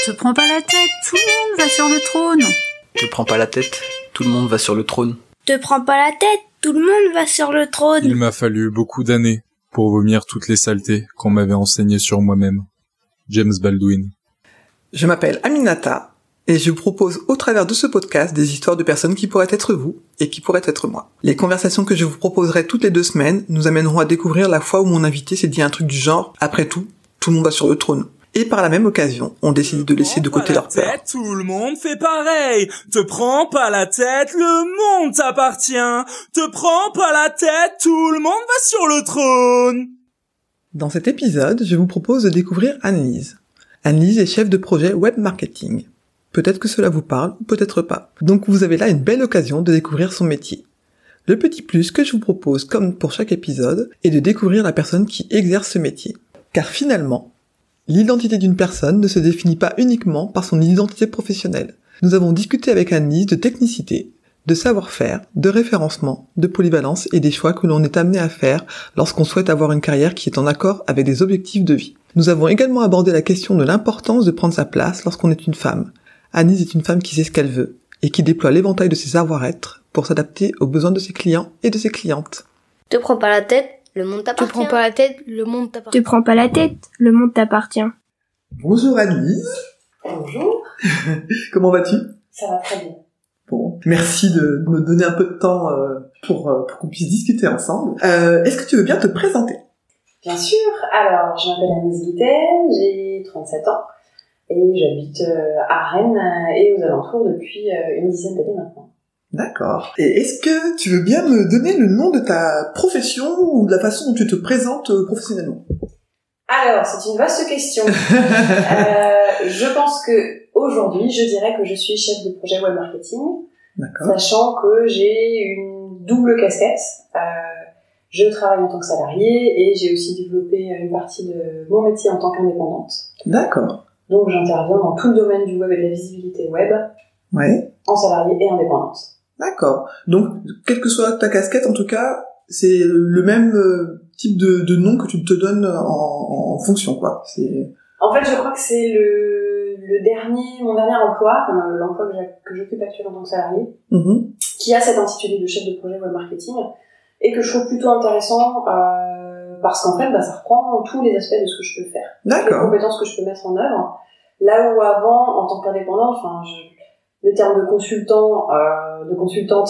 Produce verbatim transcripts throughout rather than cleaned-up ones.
Te prends pas la tête, tout le monde va sur le trône. Te prends pas la tête, tout le monde va sur le trône. Te prends pas la tête, tout le monde va sur le trône. Il m'a fallu beaucoup d'années pour vomir toutes les saletés qu'on m'avait enseignées sur moi-même. James Baldwin. Je m'appelle Aminata et je vous propose au travers de ce podcast des histoires de personnes qui pourraient être vous et qui pourraient être moi. Les conversations que je vous proposerai toutes les deux semaines nous amèneront à découvrir la fois où mon invité s'est dit un truc du genre « Après tout, tout le monde va sur le trône ». Et par la même occasion, on décide de laisser de côté leur peur. Tête, tout le monde fait pareil. Te prends pas la tête, le monde t'appartient. Te prends pas la tête, tout le monde va sur le trône. Dans cet épisode, je vous propose de découvrir Anne-Lise. Anne-Lise est chef de projet web marketing. Peut-être que cela vous parle, ou peut-être pas. Donc vous avez là une belle occasion de découvrir son métier. Le petit plus que je vous propose, comme pour chaque épisode, est de découvrir la personne qui exerce ce métier. Car finalement, l'identité d'une personne ne se définit pas uniquement par son identité professionnelle. Nous avons discuté avec Anne-Lise de technicité, de savoir-faire, de référencement, de polyvalence et des choix que l'on est amené à faire lorsqu'on souhaite avoir une carrière qui est en accord avec des objectifs de vie. Nous avons également abordé la question de l'importance de prendre sa place lorsqu'on est une femme. Anne-Lise est une femme qui sait ce qu'elle veut et qui déploie l'éventail de ses savoir-être pour s'adapter aux besoins de ses clients et de ses clientes. Te prends pas la tête, le monde t'appartient. Te prends pas la tête, le monde t'appartient. Te prends pas la tête, le monde t'appartient. Bonjour Anne-Lise. Bonjour. Comment vas-tu ? Ça va très bien. Bon, merci de me donner un peu de temps euh, pour, euh, pour qu'on puisse discuter ensemble. Euh, est-ce que tu veux bien te présenter ? Bien sûr. Alors, je m'appelle Anne-Lise Guittet, j'ai trente-sept ans et j'habite euh, à Rennes et aux alentours depuis euh, une dizaine d'années maintenant. D'accord. Et est-ce que tu veux bien me donner le nom de ta profession ou de la façon dont tu te présentes professionnellement ? Alors, c'est une vaste question. euh, je pense que aujourd'hui, je dirais que je suis chef de projet web marketing. D'accord. Sachant que j'ai une double casquette. Euh, je travaille en tant que salariée et j'ai aussi développé une partie de mon métier en tant qu'indépendante. D'accord. Donc, j'interviens dans tout le domaine du web et de la visibilité web. Ouais. En salariée et indépendante. D'accord. Donc, quelle que soit ta casquette, en tout cas, c'est le même type de, de nom que tu te donnes en, en fonction, quoi. C'est... En fait, je crois que c'est le, le dernier, mon dernier emploi, enfin, l'emploi que, que j'occupe actuellement en tant que salarié, mm-hmm. qui a cet intitulé de chef de projet web marketing, et que je trouve plutôt intéressant, euh, parce qu'en fait, bah, ça reprend tous les aspects de ce que je peux faire. D'accord. Les compétences que je peux mettre en œuvre. Là où avant, en tant qu'indépendante, enfin, je, le terme de consultant, euh, de consultante,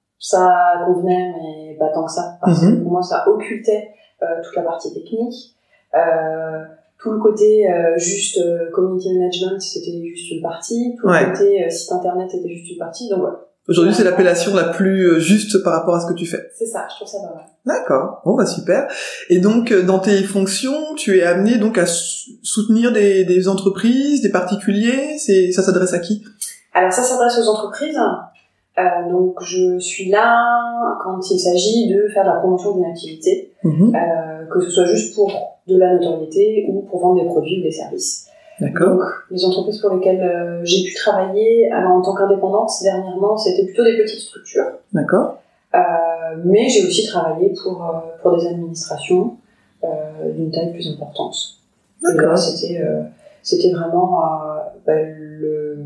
ça convenait, mais pas tant que ça, parce mm-hmm. que pour moi, ça occultait euh, toute la partie technique. Euh, tout le côté euh, juste euh, community management, c'était juste une partie. Tout ouais. le côté euh, site internet, c'était juste une partie. Donc voilà. Aujourd'hui, c'est l'appellation la plus juste par rapport à ce que tu fais. C'est ça, je trouve ça pas mal. D'accord. Bon, bah super. Et donc, dans tes fonctions, tu es amené donc à soutenir des, des entreprises, des particuliers. C'est, ça s'adresse à qui ? Alors ça s'adresse aux entreprises. Euh, donc je suis là quand il s'agit de faire la promotion d'une activité, mmh. euh, que ce soit juste pour de la notoriété ou pour vendre des produits ou des services. D'accord. Donc les entreprises pour lesquelles euh, j'ai pu travailler alors, en tant qu'indépendante dernièrement, c'était plutôt des petites structures. D'accord. Euh, mais j'ai aussi travaillé pour euh, pour des administrations euh, d'une taille plus importante. D'accord. Et là c'était euh, c'était vraiment euh, bah, le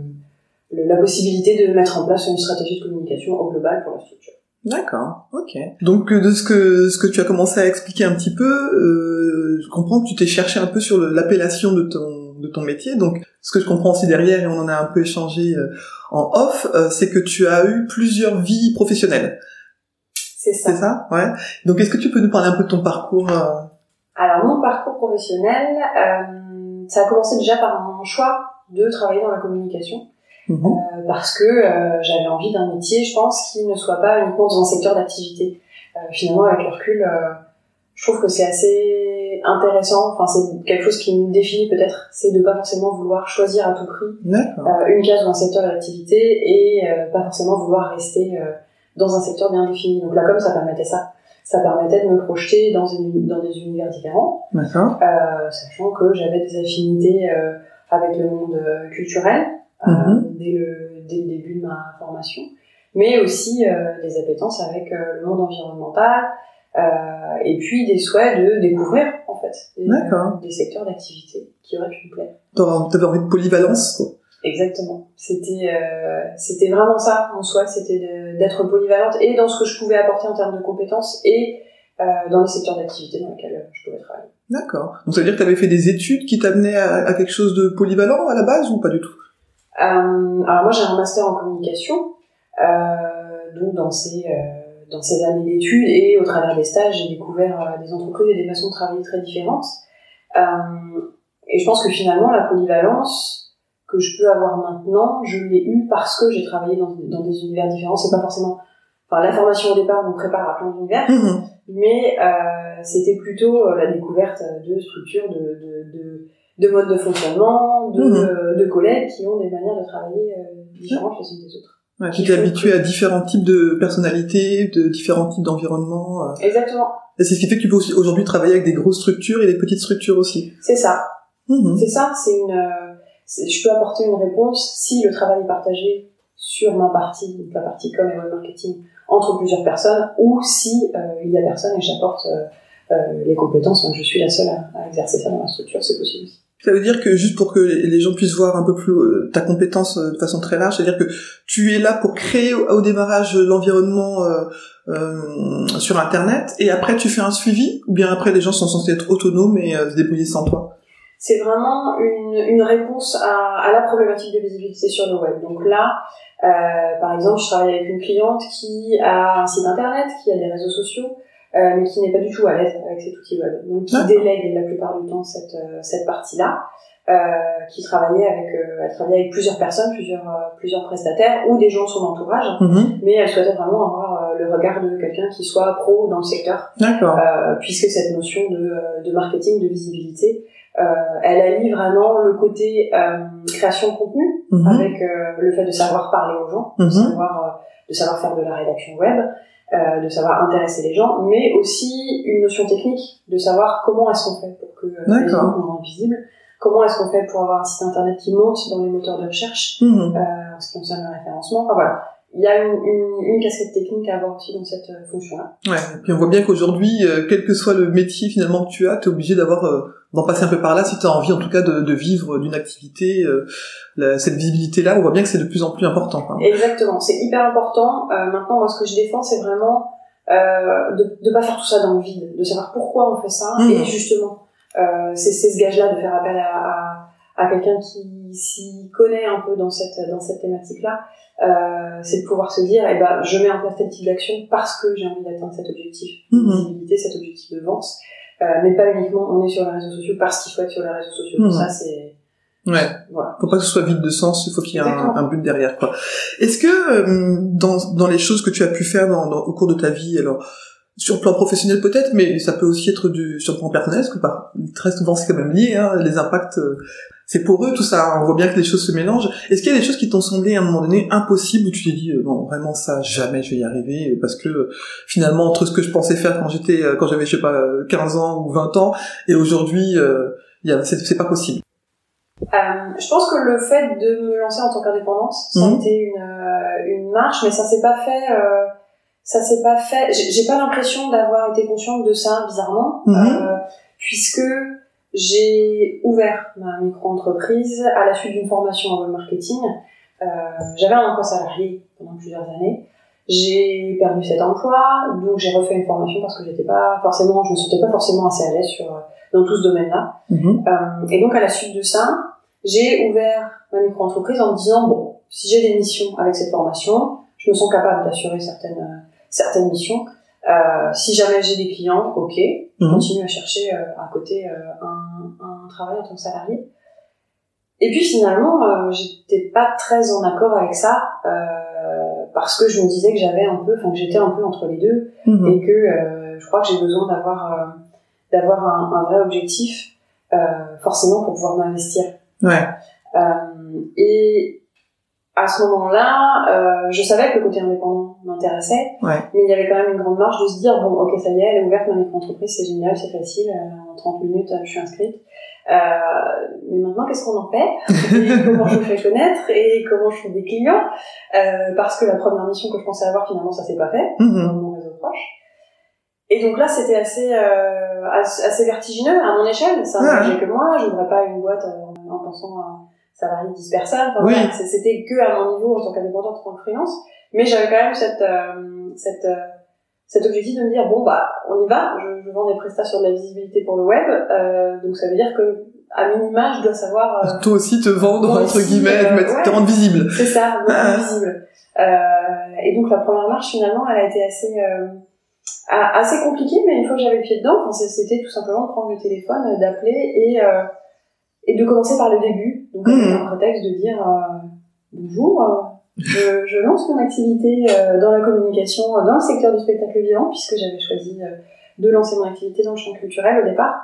la possibilité de mettre en place une stratégie de communication au global pour la structure. D'accord, ok. Donc de ce que ce que tu as commencé à expliquer un petit peu, euh, je comprends que tu t'es cherché un peu sur le, l'appellation de ton de ton métier. Donc ce que je comprends aussi derrière, et on en a un peu échangé euh, en off, euh, c'est que tu as eu plusieurs vies professionnelles. C'est ça. C'est ça, ouais. Donc est-ce que tu peux nous parler un peu de ton parcours euh... Alors mon parcours professionnel, euh, ça a commencé déjà par un choix de travailler dans la communication. Mmh. Euh, parce que euh, j'avais envie d'un métier, je pense, qui ne soit pas uniquement dans un secteur d'activité. Euh, finalement, avec le recul, euh, je trouve que c'est assez intéressant. Enfin, c'est quelque chose qui me définit peut-être, c'est de pas forcément vouloir choisir à tout prix euh, une case ou un secteur d'activité et euh, pas forcément vouloir rester euh, dans un secteur bien défini. Donc la com, ça permettait ça. Ça permettait de me projeter dans, une, dans des univers différents, D'accord. Euh, sachant que j'avais des affinités euh, avec le monde euh, culturel. Euh, mmh. dès, le, dès le début de ma formation, mais aussi euh, des appétences avec euh, le monde environnemental, euh, et puis des souhaits de découvrir en fait des, euh, des secteurs d'activité qui qui aurait pu me plaire. T'avais envie de polyvalence, quoi. Exactement. C'était euh, c'était vraiment ça en soi, c'était de, d'être polyvalente et dans ce que je pouvais apporter en termes de compétences et euh, dans les secteurs d'activité dans lesquels je pouvais travailler. D'accord. Donc ça veut dire que tu avais fait des études qui t'amenaient à, à quelque chose de polyvalent à la base ou pas du tout? euh, Alors moi j'ai un master en communication, euh, donc dans ces euh, dans ces années d'études et au travers des stages j'ai découvert euh, des entreprises et des façons de travailler très différentes. Euh, et je pense que finalement la polyvalence que je peux avoir maintenant, je l'ai eu parce que j'ai travaillé dans, dans des univers différents. C'est pas forcément, enfin, la formation au départ nous prépare à plein d'univers, mmh. mais euh, c'était plutôt euh, la découverte de structures, de, de, de, de modes de fonctionnement, de, mmh. euh, de collègues qui ont des manières de travailler euh, différentes les unes des autres. Ouais, tu t'es habitué que... à différents types de personnalités, de différents types d'environnements. Euh... Exactement. Et c'est ce qui fait que tu peux aussi, aujourd'hui travailler avec des grosses structures et des petites structures aussi. C'est ça. Mmh. C'est ça, c'est une... Euh, je peux apporter une réponse si le travail est partagé sur ma partie, donc la partie com et web marketing, entre plusieurs personnes, ou si euh, il y a personne et j'apporte euh, euh, les compétences, donc je suis la seule à, à exercer ça dans la structure, c'est possible aussi. Ça veut dire que juste pour que les gens puissent voir un peu plus euh, ta compétence euh, de façon très large, c'est-à-dire que tu es là pour créer au, au démarrage l'environnement euh, euh, sur Internet, et après tu fais un suivi, ou bien après les gens sont censés être autonomes et euh, se débrouiller sans toi? C'est vraiment une, une réponse à, à la problématique de visibilité sur le web. Donc là, euh, par exemple, je travaille avec une cliente qui a un site internet, qui a des réseaux sociaux, euh, mais qui n'est pas du tout à l'aise avec cet outil web. Donc qui délègue la plupart du temps cette, cette partie-là, euh, qui travaillait avec, euh, elle travaillait avec plusieurs personnes, plusieurs, euh, plusieurs prestataires ou des gens de son entourage, mmh. mais elle souhaitait vraiment avoir euh, le regard de quelqu'un qui soit pro dans le secteur. D'accord. Euh, puisque cette notion de, de marketing, de visibilité, Euh, elle allie vraiment le côté euh, création de contenu mmh. avec euh, le fait de savoir parler aux gens, mmh. de savoir euh, de savoir faire de la rédaction web, euh, de savoir intéresser les gens, mais aussi une notion technique de savoir comment est-ce qu'on fait pour que euh, les gens nous rendent visibles, comment est-ce qu'on fait pour avoir un site internet qui monte dans les moteurs de recherche, mmh. euh, en ce qui concerne le référencement. Enfin voilà. Il y a une, une, une casquette technique à avoir aussi dans cette euh, fonction-là. Ouais, et puis on voit bien qu'aujourd'hui, euh, quel que soit le métier finalement que tu as, tu es obligé d'avoir euh, d'en passer un peu par là si tu as envie en tout cas de, de vivre d'une activité. Euh, la, cette visibilité-là, on voit bien que c'est de plus en plus important. Hein. Exactement, c'est hyper important. Euh, maintenant, moi, ce que je défends, c'est vraiment euh, de de pas faire tout ça dans le vide, de savoir pourquoi on fait ça, mmh. et justement, euh, c'est, c'est ce gage-là de faire appel à, à, à quelqu'un qui s'y connaît un peu dans cette dans cette thématique-là. Euh, c'est de pouvoir se dire, eh ben, je mets en place tel type d'action parce que j'ai envie d'atteindre cet objectif de mmh. visibilité, cet objectif de vente, euh, mais pas uniquement on est sur les réseaux sociaux parce qu'il faut être sur les réseaux sociaux. Mmh. Ça, c'est... Ouais. Voilà. Faut pas que ce soit vide de sens, il faut qu'il y ait un, un but derrière, quoi. Est-ce que, euh, dans, dans les choses que tu as pu faire dans, dans, au cours de ta vie, alors, sur le plan professionnel peut-être, mais ça peut aussi être du, sur le plan personnel, parce que par, très souvent c'est quand même lié, hein, les impacts, euh, c'est pour eux tout ça, on voit bien que les choses se mélangent. Est-ce qu'il y a des choses qui t'ont semblé à un moment donné impossibles, où tu t'es dit, euh, non, vraiment ça, jamais je vais y arriver, parce que euh, finalement, entre ce que je pensais faire quand j'étais, euh, quand j'avais, je sais pas, quinze ans ou vingt ans, et aujourd'hui, euh, y a, c'est, c'est pas possible. Euh, je pense que le fait de me lancer en tant qu'indépendante, ça mmh. a été une, euh, une marche, mais ça s'est pas fait... Euh... Ça s'est pas fait. J'ai, j'ai pas l'impression d'avoir été consciente de ça, bizarrement, mmh. euh, puisque j'ai ouvert ma micro-entreprise à la suite d'une formation en web marketing. Euh, j'avais un emploi salarié pendant plusieurs années. J'ai perdu cet emploi, donc j'ai refait une formation parce que j'étais pas forcément, je me sentais pas forcément assez à l'aise sur dans tout ce domaine-là. Mmh. Euh, et donc à la suite de ça, j'ai ouvert ma micro-entreprise en me disant bon, si j'ai des missions avec cette formation, je me sens capable d'assurer certaines certaines missions. Euh, si jamais j'ai des clients, ok, je mmh. continue à chercher euh, à côté euh, un, un travail en tant que salarié. Et puis finalement, euh, j'étais pas très en accord avec ça euh, parce que je me disais que j'avais un peu, enfin que j'étais un peu entre les deux mmh. et que euh, je crois que j'ai besoin d'avoir euh, d'avoir un, un vrai objectif euh, forcément pour pouvoir m'investir. Ouais. Euh, et à ce moment-là, euh, je savais que le côté indépendant m'intéressait, ouais. mais il y avait quand même une grande marge de se dire, bon, ok, ça y est, elle est ouverte, ma micro-entreprise, c'est génial, c'est facile, euh, en trente minutes, je suis inscrite. Euh, mais maintenant, qu'est-ce qu'on en fait? Et comment je me fais connaître? Et comment je trouve des clients? Euh, parce que la première mission que je pensais avoir, finalement, ça s'est pas fait, mmh. dans mon réseau proche. Et donc là, c'était assez, euh, assez vertigineux à mon échelle. Ça n'engageait que moi. Je n'ouvrais pas une boîte en, en pensant à salarié de dix personnes. Enfin, oui. voilà, c'était que à mon niveau en tant qu'indépendante, en tant que freelance. Mais j'avais quand même cette, euh, cette, euh, cet objectif de me dire, bon, bah, on y va. Je, je vends des prestations sur de la visibilité pour le web. Euh, donc ça veut dire que, à minima, je dois savoir... Euh, toi aussi te vendre, entre aussi, guillemets, euh, mettre, ouais, te rendre visible. C'est ça, me ah. rendre visible. Euh, et donc la première marche, finalement, elle a été assez... Euh, assez compliqué, mais une fois que j'avais le pied dedans, enfin, c'était tout simplement de prendre le téléphone, d'appeler et euh, et de commencer par le début, donc avec mmh. un prétexte de dire euh, bonjour, euh, je, je lance mon activité euh, dans la communication dans le secteur du spectacle vivant, puisque j'avais choisi euh, de lancer mon activité dans le champ culturel au départ,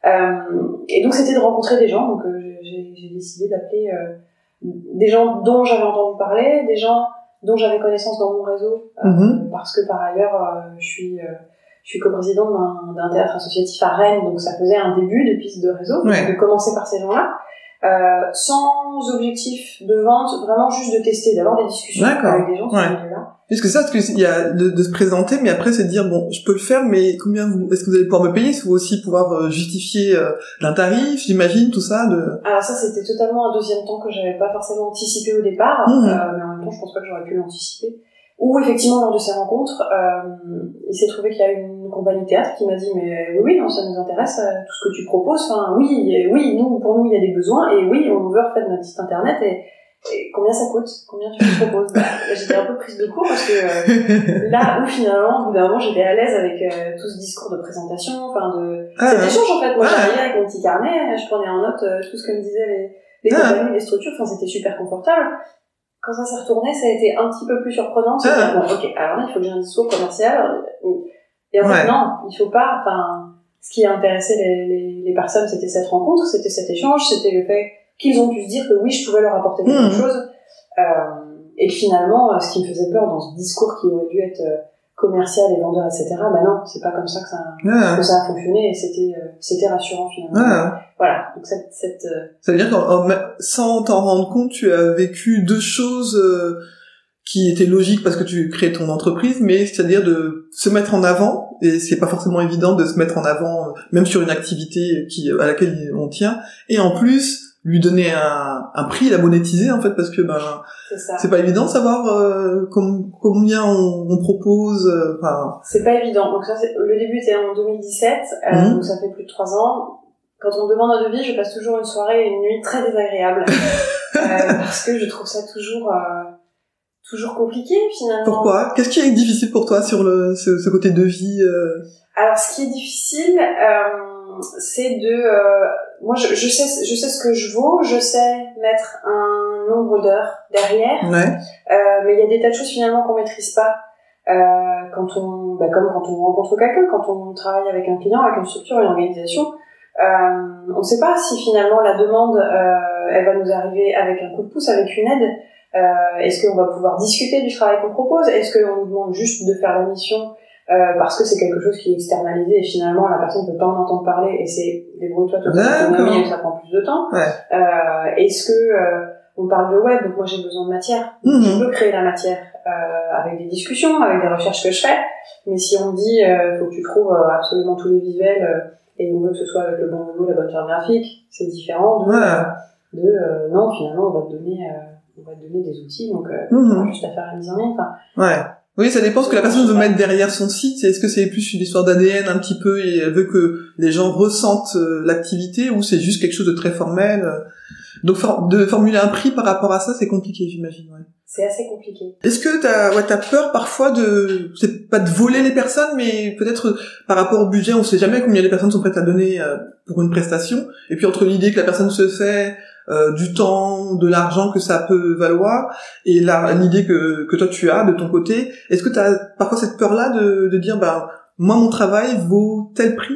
euh, et donc c'était de rencontrer des gens, donc euh, j'ai, j'ai décidé d'appeler euh, des gens dont j'avais entendu parler, des gens dont j'avais connaissance dans mon réseau, euh, mmh. parce que par ailleurs, euh, je suis, euh, je suis coprésidente d'un, d'un théâtre associatif à Rennes, donc ça faisait un début de piste de réseau, ouais. de commencer par ces gens-là, euh, sans objectif de vente, vraiment juste de tester, d'avoir des discussions D'accord. avec des gens sur ouais. ce milieu-là. Parce que ça, parce qu'il y a de, de se présenter, mais après c'est de dire bon, je peux le faire, mais combien vous, est-ce que vous allez pouvoir me payer? Il faut aussi pouvoir euh, justifier euh, d'un tarif, j'imagine, tout ça. De... Alors ça, c'était totalement un deuxième temps que j'avais pas forcément anticipé au départ, mmh. euh, mais en même temps, je pense pas que j'aurais pu l'anticiper. Ou effectivement, lors de ces rencontres, euh, il s'est trouvé qu'il y a une compagnie de théâtre qui m'a dit mais oui, oui, non, ça nous intéresse, euh, tout ce que tu proposes. Enfin, oui, et, oui, nous, pour nous, il y a des besoins, et oui, on veut refaire notre site internet et Et combien ça coûte? Combien tu me proposes? Bah, j'étais un peu prise de court parce que euh, là où finalement, au bout d'un moment, j'étais à l'aise avec euh, tout ce discours de présentation, enfin de ah, cet ouais. échange en fait. Moi, ah, j'arrivais avec mon petit carnet, je prenais en note euh, tout ce que me disaient les, les ah, compagnies, les structures. Enfin, c'était super confortable. Quand ça s'est retourné, ça a été un petit peu plus surprenant. C'est ah, bon, ok, alors là, il faut que j'ai un discours commercial. Et en fait, ouais. non, il faut pas. Enfin, ce qui a intéressé les, les, les personnes, c'était cette rencontre, c'était cet échange, c'était le fait qu'ils ont pu se dire que oui, je pouvais leur apporter quelque mmh. chose, euh, et que finalement, ce qui me faisait peur dans ce discours qui aurait dû être commercial et vendeur, et cetera, bah non, c'est pas comme ça que ça, mmh. que ça a fonctionné, et c'était, euh, c'était rassurant finalement. Mmh. Voilà, donc cette... cette euh... Ça veut dire qu'en sans t'en rendre compte, tu as vécu deux choses euh, qui étaient logiques parce que tu crées ton entreprise, mais c'est-à-dire de se mettre en avant, et c'est pas forcément évident de se mettre en avant, même sur une activité qui à laquelle on tient, et en plus lui donner un, un prix, la monétiser en fait, parce que ben c'est, c'est pas évident de savoir euh, com- combien on, on propose. Enfin, euh, c'est pas évident. Donc ça, c'est, le début était en deux mille dix-sept, euh, mmh. donc ça fait plus de trois ans. Quand on me demande un devis, je passe toujours une soirée et une nuit très désagréable euh, parce que je trouve ça toujours euh, toujours compliqué finalement. Pourquoi? Qu'est-ce qui est difficile pour toi sur le ce, ce côté devis euh... Alors, ce qui est difficile, euh, c'est de euh, moi, je, je sais, je sais ce que je vaux, je sais mettre un nombre d'heures derrière, ouais. euh, mais il y a des tas de choses finalement qu'on maîtrise pas. Euh, quand on, bah, comme quand on rencontre quelqu'un, quand on travaille avec un client, avec une structure, une organisation, euh, on ne sait pas si finalement la demande, euh, elle va nous arriver avec un coup de pouce, avec une aide. Euh, est-ce qu'on va pouvoir discuter du travail qu'on propose? Est-ce qu'on nous demande juste de faire la mission? Euh, parce que c'est quelque chose qui est externalisé et finalement la personne ne peut pas en entendre parler et c'est débrouille-toi toute l'autonomie et ça prend plus de temps. Ouais. Euh, est-ce que euh, on parle de web, donc moi j'ai besoin de matière, mmh. je peux créer la matière euh, avec des discussions, avec des recherches que je fais, mais si on dit euh, faut que tu trouves euh, absolument tous les visuels euh, et on veut que ce soit avec le bon logo, la bonne charte graphique, c'est différent de, ouais. de euh, non finalement on va te donner euh, on va te donner des outils donc euh, mmh. on va juste à faire la mise en ligne. Enfin, ouais. Oui, ça dépend ce que la personne veut mettre derrière son site. Est-ce que c'est plus une histoire d'A D N un petit peu et elle veut que les gens ressentent euh, l'activité ou c'est juste quelque chose de très formel euh... Donc for- de formuler un prix par rapport à ça, c'est compliqué, j'imagine. Ouais. C'est assez compliqué. Est-ce que t'as, ouais, t'as peur parfois de, c'est pas de voler les personnes, mais peut-être par rapport au budget, on sait jamais combien les personnes sont prêtes à donner euh, pour une prestation. Et puis entre l'idée que la personne se fait, euh, du temps, de l'argent que ça peut valoir, et la, l'idée que que toi tu as de ton côté, est-ce que t'as parfois cette peur-là de de dire, bah moi mon travail vaut tel prix?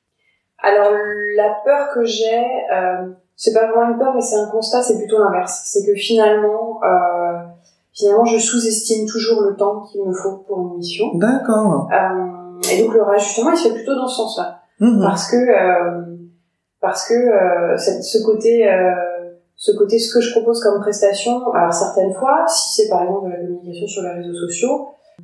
Alors la peur que j'ai, euh, c'est pas vraiment une peur, mais c'est un constat, c'est plutôt l'inverse. C'est que finalement. Euh, Finalement, je sous-estime toujours le temps qu'il me faut pour une mission. D'accord. Euh, et donc le réajustement, il se fait plutôt dans ce sens-là, mmh. parce que euh, parce que euh, ce côté, euh, ce côté, ce que je propose comme prestation. Alors certaines fois, si c'est par exemple de la communication sur les réseaux sociaux,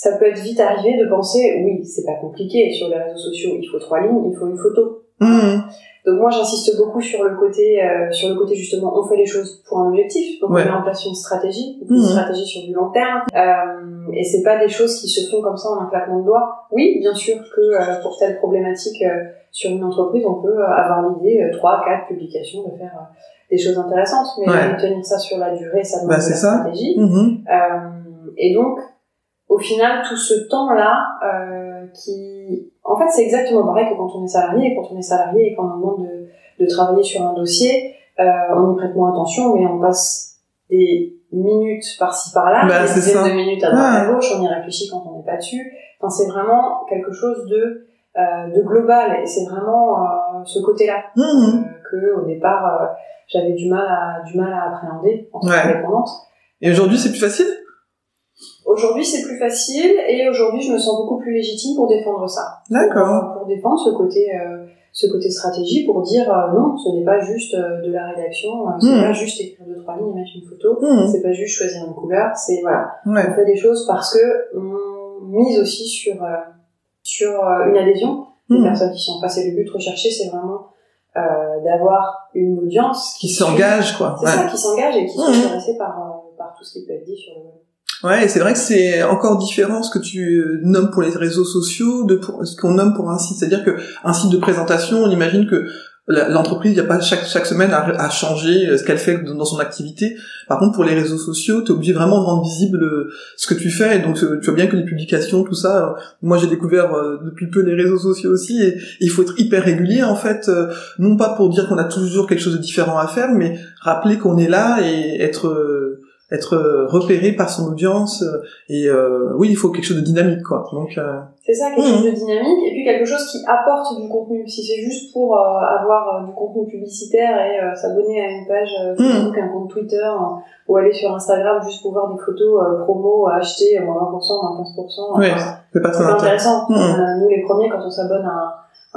ça peut être vite arrivé de penser, oui, c'est pas compliqué, sur les réseaux sociaux, il faut trois lignes, il faut une photo. Mmh. Donc moi, j'insiste beaucoup sur le côté, euh, sur le côté justement, on fait les choses pour un objectif, donc ouais. on met en place une stratégie, une mmh. stratégie sur du long terme, euh, et c'est pas des choses qui se font comme ça en un claquement de doigts. Oui, bien sûr que euh, pour telle problématique euh, sur une entreprise, on peut euh, avoir l'idée, euh, trois, quatre publications, de faire euh, des choses intéressantes, mais ouais. de tenir ça sur la durée, ça demande bah, de la ça. stratégie. Mmh. Euh, et donc, au final, tout ce temps-là, euh, qui, en fait, c'est exactement pareil que quand on est salarié, et quand on est salarié et qu'on nous demande de, de travailler sur un dossier, euh, on y prête moins attention, mais on passe des minutes par-ci par-là, bah, des dizaines de minutes à droite ouais. à gauche, on y réfléchit quand on n'est pas dessus. Enfin, c'est vraiment quelque chose de, euh, de global, et c'est vraiment euh, ce côté-là mmh. euh, que, au départ, euh, j'avais du mal à, du mal à appréhender en tant ouais. qu'indépendante. Et aujourd'hui, c'est plus facile? Aujourd'hui, c'est plus facile, et aujourd'hui, je me sens beaucoup plus légitime pour défendre ça. D'accord. Pour, pour défendre ce côté, euh, ce côté stratégie, pour dire euh, non, ce n'est pas juste euh, de la rédaction, euh, c'est mmh. pas juste écrire deux trois lignes et mettre une photo, mmh. c'est pas juste choisir une couleur, c'est voilà, ouais. on fait des choses parce que on mise aussi sur euh, sur euh, une adhésion. Les mmh. personnes qui sont passées, le but recherché, c'est vraiment euh, d'avoir une audience qui, qui s'engage, quoi. C'est ouais. ça, qui s'engage et qui mmh. sont intéressés par euh, par tout ce qui peut être dit sur le web. Ouais, et c'est vrai que c'est encore différent ce que tu nommes pour les réseaux sociaux de pour, ce qu'on nomme pour un site. C'est-à-dire que un site de présentation, on imagine que l'entreprise, il n'y a pas chaque chaque semaine à, à changer ce qu'elle fait dans son activité. Par contre, pour les réseaux sociaux, t'es obligé vraiment de rendre visible ce que tu fais. Donc, tu vois bien que les publications, tout ça. Moi, j'ai découvert depuis peu les réseaux sociaux aussi, et il faut être hyper régulier en fait, non pas pour dire qu'on a toujours quelque chose de différent à faire, mais rappeler qu'on est là et être être repéré par son audience, et euh, oui, il faut quelque chose de dynamique, quoi. Donc euh... c'est ça, quelque mmh. chose de dynamique, et puis quelque chose qui apporte du contenu. Si c'est juste pour euh, avoir euh, du contenu publicitaire et euh, s'abonner à une page euh, Facebook, mmh. un compte Twitter, euh, ou aller sur Instagram juste pour voir des photos euh, promo à acheter, moins vingt pour cent, moins quinze pour cent, oui, enfin, c'est pas très intéressant. Mmh. Euh, nous, les premiers, quand on s'abonne à un,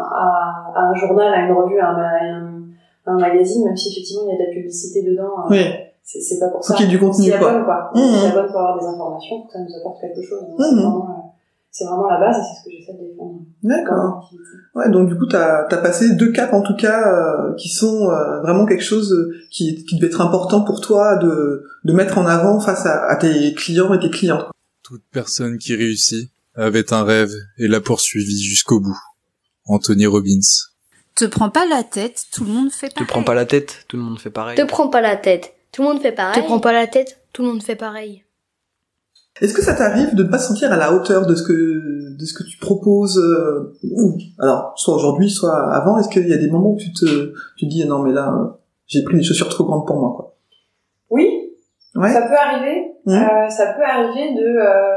à, à un journal, à une revue, à un, à un, à un magazine, même si effectivement il y a de la publicité dedans, euh, oui. C'est, c'est pas pour faut ça. Qu'il y ait du contenu, quoi. Abonne, quoi. Mmh. On s'y abonne pour avoir des informations, pour que ça nous apporte quelque chose. Donc, mmh. c'est, vraiment, euh, c'est vraiment la base, et c'est ce que j'essaie de défendre. D'accord. Ouais, donc du coup, t'as, t'as passé deux caps, en tout cas, euh, qui sont euh, vraiment quelque chose qui, qui devait être important pour toi de, de mettre en avant face à, à tes clients et tes clientes. Toute personne qui réussit avait un rêve et l'a poursuivi jusqu'au bout. Anthony Robbins. Te prends pas la tête, tout le monde fait pareil. Te prends pas la tête, tout le monde fait pareil. Te prends pas la tête. Tout le monde fait pareil. Te prends pas la tête, tout le monde fait pareil. Est-ce que ça t'arrive de ne pas se sentir à la hauteur de ce que de ce que tu proposes euh, ou alors soit aujourd'hui, soit avant? Est-ce qu'il y a des moments où tu te tu te dis non mais là euh, j'ai pris des chaussures trop grandes pour moi, quoi? Oui, ouais. Ça peut arriver. Mmh. Euh, ça peut arriver de euh,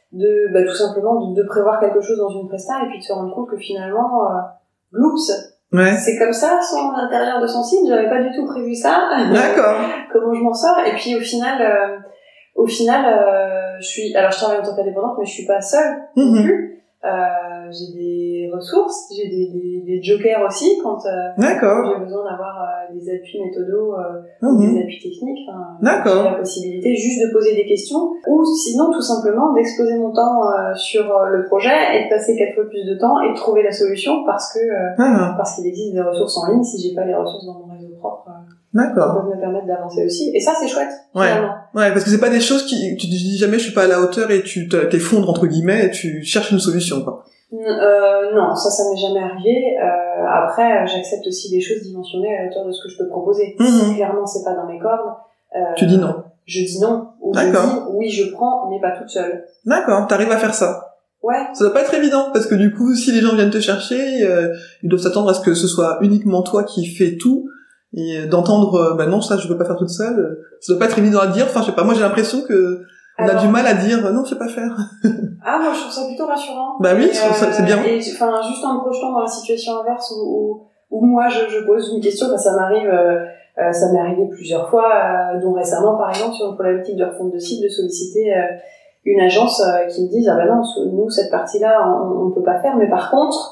de bah, tout simplement de, de prévoir quelque chose dans une presta et puis de se rendre compte que finalement euh, gloops. Ouais. C'est comme ça, son l'intérieur de son site, j'avais pas du tout prévu ça. D'accord. Comment je m'en sors? Et puis au final, euh, au final, euh, je suis, alors je travaille en tant qu'indépendante, mais je suis pas seule mm-hmm. non plus. Euh, j'ai des ressources, j'ai des, des, des jokers aussi quand, euh, quand j'ai besoin d'avoir euh, des appuis méthodos, euh, mm-hmm. des appuis techniques. Enfin, D'accord. J'ai la possibilité juste de poser des questions, ou sinon tout simplement d'exposer mon temps euh, sur le projet et de passer quatre fois plus de temps et de trouver la solution parce que euh, mm-hmm. parce qu'il existe des ressources en ligne. Si j'ai pas les ressources dans mon réseau propre, euh, D'accord. ça peut me permettre d'avancer aussi. Et ça, c'est chouette. Ouais. Finalement. Ouais, parce que c'est pas des choses qui, tu te dis jamais je suis pas à la hauteur et tu t'effondres entre guillemets et tu cherches une solution, quoi. Euh, non, ça, ça m'est jamais arrivé. Euh, après, j'accepte aussi des choses dimensionnées à la hauteur de ce que je peux proposer. Mmh. Si clairement c'est pas dans mes cordes, euh, tu dis non. Je dis non. Ou D'accord. je dis oui, je prends, mais pas toute seule. D'accord. T'arrives à faire ça. Ouais. Ça doit pas être évident parce que du coup, si les gens viennent te chercher, euh, ils doivent s'attendre à ce que ce soit uniquement toi qui fais tout. Et d'entendre, euh, bah non, ça je peux pas faire toute seule, ça doit pas être évident à dire. Enfin, je sais pas, moi j'ai l'impression que on Alors, a du mal à dire non, je sais pas faire. Ah, moi je trouve ça plutôt rassurant. Bah oui, et, euh, ça, c'est bien. Et enfin, juste en me projetant dans la situation inverse où où, où moi je, je pose une question, bah, ça m'arrive, euh, euh, ça m'est arrivé plusieurs fois, euh, dont récemment par exemple sur une problématique de refonte de site, de solliciter euh, une agence euh, qui me dise ah bah non, nous cette partie-là on, on peut pas faire, mais par contre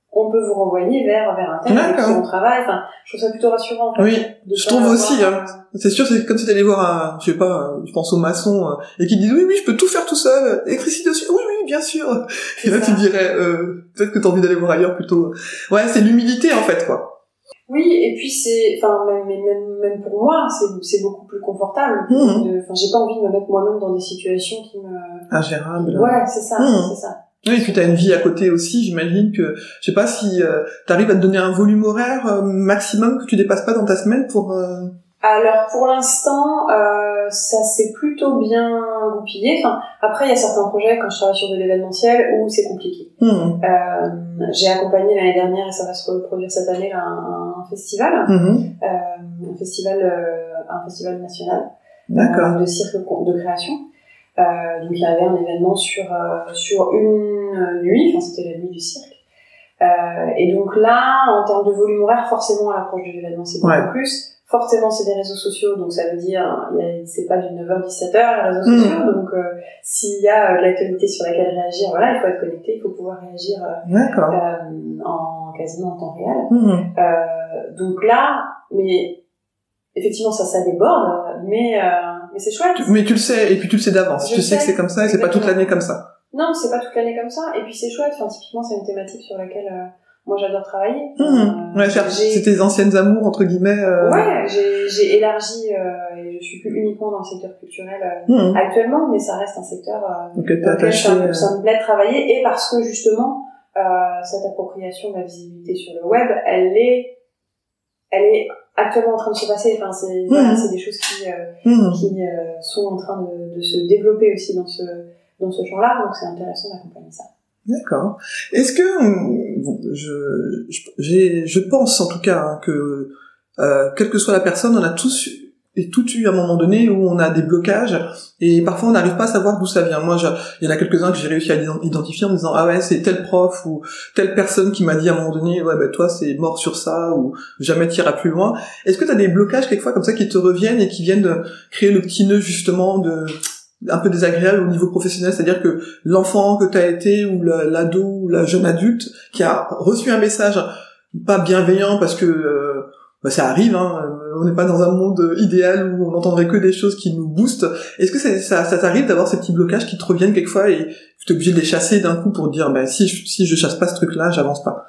on peut vous renvoyer vers vers un tel avec qui on travaille. Enfin, je trouve ça plutôt rassurant. En fait, oui, je trouve aussi. Hein. C'est sûr, c'est comme si t'allais voir un, je sais pas, je pense au maçon euh, et qui disent oui, oui, je peux tout faire tout seul. Électricité aussi, oui, oui, bien sûr. Et là, ça. Tu dirais euh, peut-être que t'as envie d'aller voir ailleurs plutôt. Ouais, c'est l'humilité en fait, quoi. Oui, et puis c'est, enfin, même, même, même pour moi, c'est, c'est beaucoup plus confortable. Enfin, mmh. j'ai pas envie de me mettre moi-même dans des situations qui me ingérables. Ouais, c'est ça, mmh. c'est ça. Oui, et puis t'as une vie à côté aussi, j'imagine que, je sais pas si euh, t'arrives à te donner un volume horaire euh, maximum que tu dépasses pas dans ta semaine pour... Euh... Alors, pour l'instant, euh, ça s'est plutôt bien goupillé. Enfin, après, il y a certains projets, quand je travaille sur de l'événementiel, où c'est compliqué. Mmh. Euh, j'ai accompagné l'année dernière, et ça va se reproduire cette année, là, un, un festival, mmh. euh, un festival, euh, un festival national euh, de cirque de création. Euh, donc il y avait un événement sur euh, sur une nuit, enfin c'était la nuit du cirque. Euh, et donc là, en termes de volume horaire, forcément à l'approche de l'événement c'est beaucoup ouais. plus. Forcément c'est des réseaux sociaux, donc ça veut dire il y a, c'est pas du neuf heures dix-sept heures les réseaux mmh. sociaux. Donc euh, s'il y a euh, de l'actualité sur laquelle réagir, voilà, il faut être connecté, il faut pouvoir réagir euh, euh, en quasiment en temps réel. Mmh. Euh, donc là, mais effectivement ça ça déborde, mais euh, mais c'est chouette. Mais tu le sais, et puis tu le sais d'avance. Je tu sais, sais que c'est comme ça, et c'est pas toute l'année comme ça. Non, c'est pas toute l'année comme ça, et puis c'est chouette. Enfin, typiquement, c'est une thématique sur laquelle euh, moi j'adore travailler. Mmh. Euh, ouais, c'est tes anciennes amours entre guillemets. Euh... Ouais, j'ai, j'ai élargi euh, et je suis plus uniquement dans le secteur culturel euh, mmh. actuellement, mais ça reste un secteur euh, dans lequel ça, euh... ça me plaît de travailler, et parce que justement euh, cette appropriation de la visibilité sur le web, elle est, elle est actuellement en train de se passer. Enfin, c'est, mmh. voilà, c'est des choses qui, euh, mmh. qui euh, sont en train de, de se développer aussi dans ce, dans ce champ-là. Donc, c'est intéressant d'accompagner ça. D'accord. Est-ce que, bon, je, je, j'ai, je pense en tout cas hein, que, euh, quelle que soit la personne, on a tous et tout eu à un moment donné où on a des blocages et parfois on n'arrive pas à savoir d'où ça vient. Moi, je, il y en a quelques-uns que j'ai réussi à identifier en me disant ah ouais c'est tel prof ou telle personne qui m'a dit à un moment donné ouais ben toi c'est mort sur ça ou jamais t'iras plus loin. Est-ce que t'as des blocages quelquefois comme ça qui te reviennent et qui viennent de créer le petit nœud justement de un peu désagréable au niveau professionnel, c'est-à-dire que l'enfant que t'as été ou l'ado ou la jeune adulte qui a reçu un message pas bienveillant parce que euh, bah ça arrive, hein, on n'est pas dans un monde idéal où on n'entendrait que des choses qui nous boostent. Est-ce que ça, ça, ça t'arrive d'avoir ces petits blocages qui te reviennent quelquefois et tu es obligé de les chasser d'un coup pour dire bah si je, si je chasse pas ce truc-là, j'avance pas?